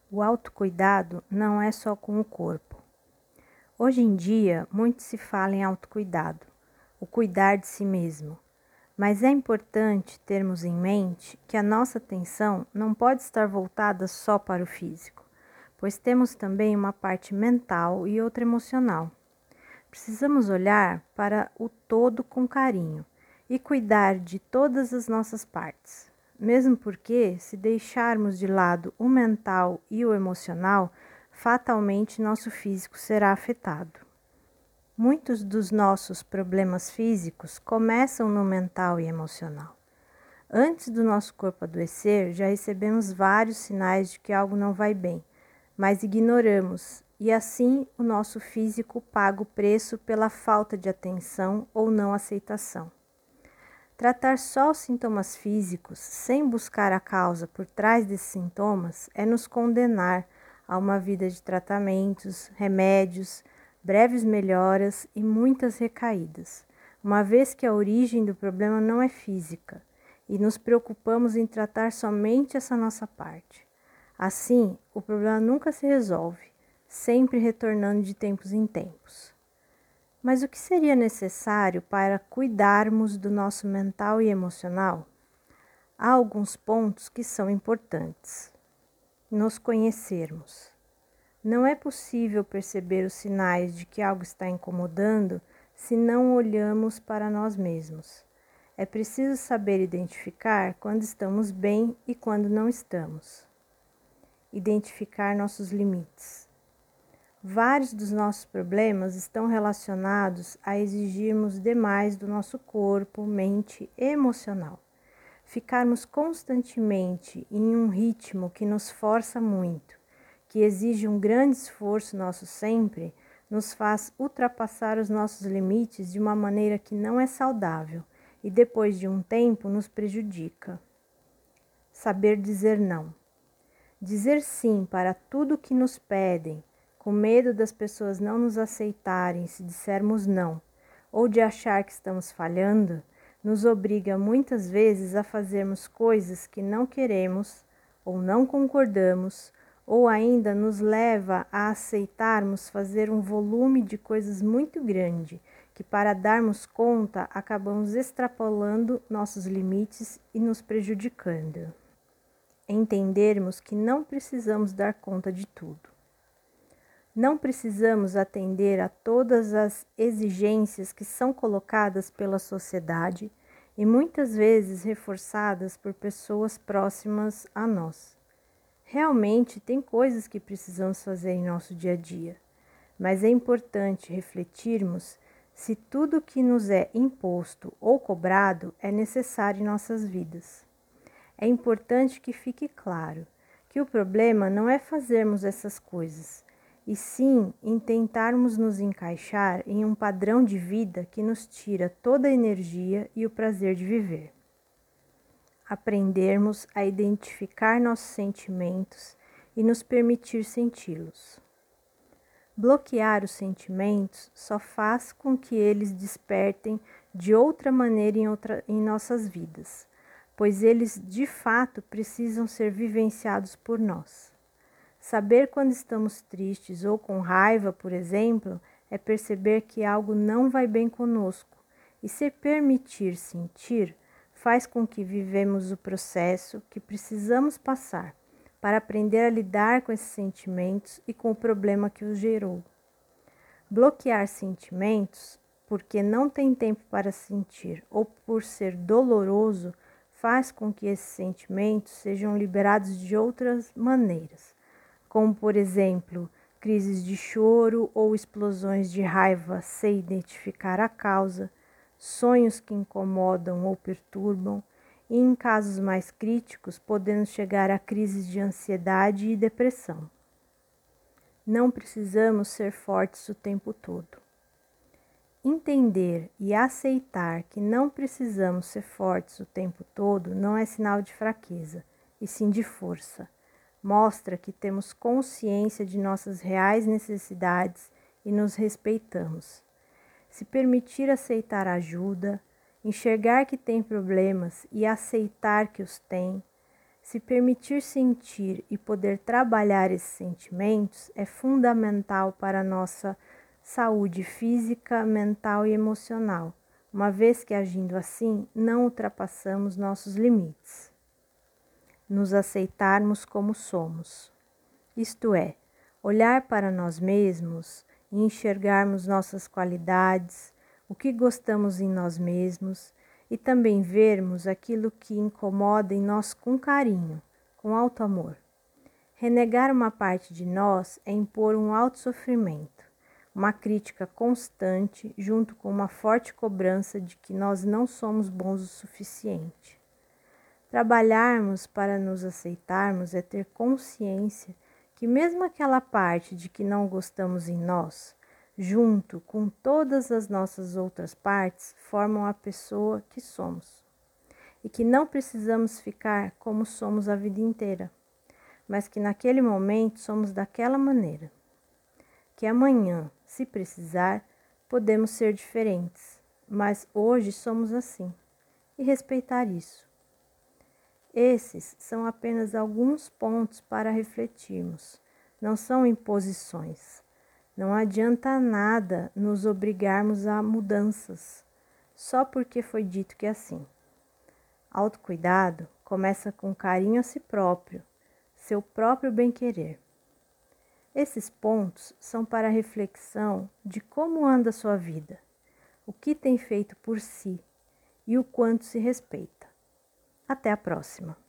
O autocuidado não é só com o corpo. Hoje em dia, muito se fala em autocuidado, o cuidar de si mesmo. Mas é importante termos em mente que a nossa atenção não pode estar voltada só para o físico, pois temos também uma parte mental e outra emocional. Precisamos olhar para o todo com carinho e cuidar de todas as nossas partes. Mesmo porque, se deixarmos de lado o mental e o emocional, fatalmente nosso físico será afetado. Muitos dos nossos problemas físicos começam no mental e emocional. Antes do nosso corpo adoecer, já recebemos vários sinais de que algo não vai bem, mas ignoramos, e assim o nosso físico paga o preço pela falta de atenção ou não aceitação. Tratar só os sintomas físicos, sem buscar a causa por trás desses sintomas, é nos condenar a uma vida de tratamentos, remédios, breves melhoras e muitas recaídas, uma vez que a origem do problema não é física, e nos preocupamos em tratar somente essa nossa parte. Assim, o problema nunca se resolve, sempre retornando de tempos em tempos. Mas o que seria necessário para cuidarmos do nosso mental e emocional? Há alguns pontos que são importantes. Nos conhecermos. Não é possível perceber os sinais de que algo está incomodando se não olhamos para nós mesmos. É preciso saber identificar quando estamos bem e quando não estamos. Identificar nossos limites. Vários dos nossos problemas estão relacionados a exigirmos demais do nosso corpo, mente e emocional. Ficarmos constantemente em um ritmo que nos força muito, que exige um grande esforço nosso sempre, nos faz ultrapassar os nossos limites de uma maneira que não é saudável e depois de um tempo nos prejudica. Saber dizer não. Dizer sim para tudo o que nos pedem, com medo das pessoas não nos aceitarem se dissermos não, ou de achar que estamos falhando, nos obriga muitas vezes a fazermos coisas que não queremos ou não concordamos, ou ainda nos leva a aceitarmos fazer um volume de coisas muito grande, que para darmos conta acabamos extrapolando nossos limites e nos prejudicando. Entendermos que não precisamos dar conta de tudo. Não precisamos atender a todas as exigências que são colocadas pela sociedade e muitas vezes reforçadas por pessoas próximas a nós. Realmente tem coisas que precisamos fazer em nosso dia a dia, mas é importante refletirmos se tudo que nos é imposto ou cobrado é necessário em nossas vidas. É importante que fique claro que o problema não é fazermos essas coisas, e sim em tentarmos nos encaixar em um padrão de vida que nos tira toda a energia e o prazer de viver. Aprendermos a identificar nossos sentimentos e nos permitir senti-los. Bloquear os sentimentos só faz com que eles despertem de outra maneira em nossas vidas, pois eles de fato precisam ser vivenciados por nós. Saber quando estamos tristes ou com raiva, por exemplo, é perceber que algo não vai bem conosco, e se permitir sentir faz com que vivemos o processo que precisamos passar para aprender a lidar com esses sentimentos e com o problema que os gerou. Bloquear sentimentos porque não tem tempo para sentir ou por ser doloroso faz com que esses sentimentos sejam liberados de outras maneiras, como por exemplo, crises de choro ou explosões de raiva sem identificar a causa, sonhos que incomodam ou perturbam, e em casos mais críticos, podendo chegar a crises de ansiedade e depressão. Não precisamos ser fortes o tempo todo. Entender e aceitar que não precisamos ser fortes o tempo todo não é sinal de fraqueza, e sim de força. Mostra que temos consciência de nossas reais necessidades e nos respeitamos. Se permitir aceitar ajuda, enxergar que tem problemas e aceitar que os tem, Se permitir sentir e poder trabalhar esses sentimentos é fundamental para a nossa saúde física, mental e emocional, uma vez que agindo assim não ultrapassamos nossos limites. Nos aceitarmos como somos, isto é, olhar para nós mesmos e enxergarmos nossas qualidades, o que gostamos em nós mesmos e também vermos aquilo que incomoda em nós com carinho, com alto amor. Renegar uma parte de nós é impor um alto sofrimento, uma crítica constante junto com uma forte cobrança de que nós não somos bons o suficiente. Trabalharmos para nos aceitarmos é ter consciência que mesmo aquela parte de que não gostamos em nós, junto com todas as nossas outras partes, formam a pessoa que somos. E que não precisamos ficar como somos a vida inteira, mas que naquele momento somos daquela maneira. Que amanhã, se precisar, podemos ser diferentes, mas hoje somos assim, e respeitar isso. Esses são apenas alguns pontos para refletirmos, não são imposições. Não adianta nada nos obrigarmos a mudanças, só porque foi dito que é assim. Autocuidado começa com carinho a si próprio, seu próprio bem-querer. Esses pontos são para reflexão de como anda a sua vida, o que tem feito por si e o quanto se respeita. Até a próxima!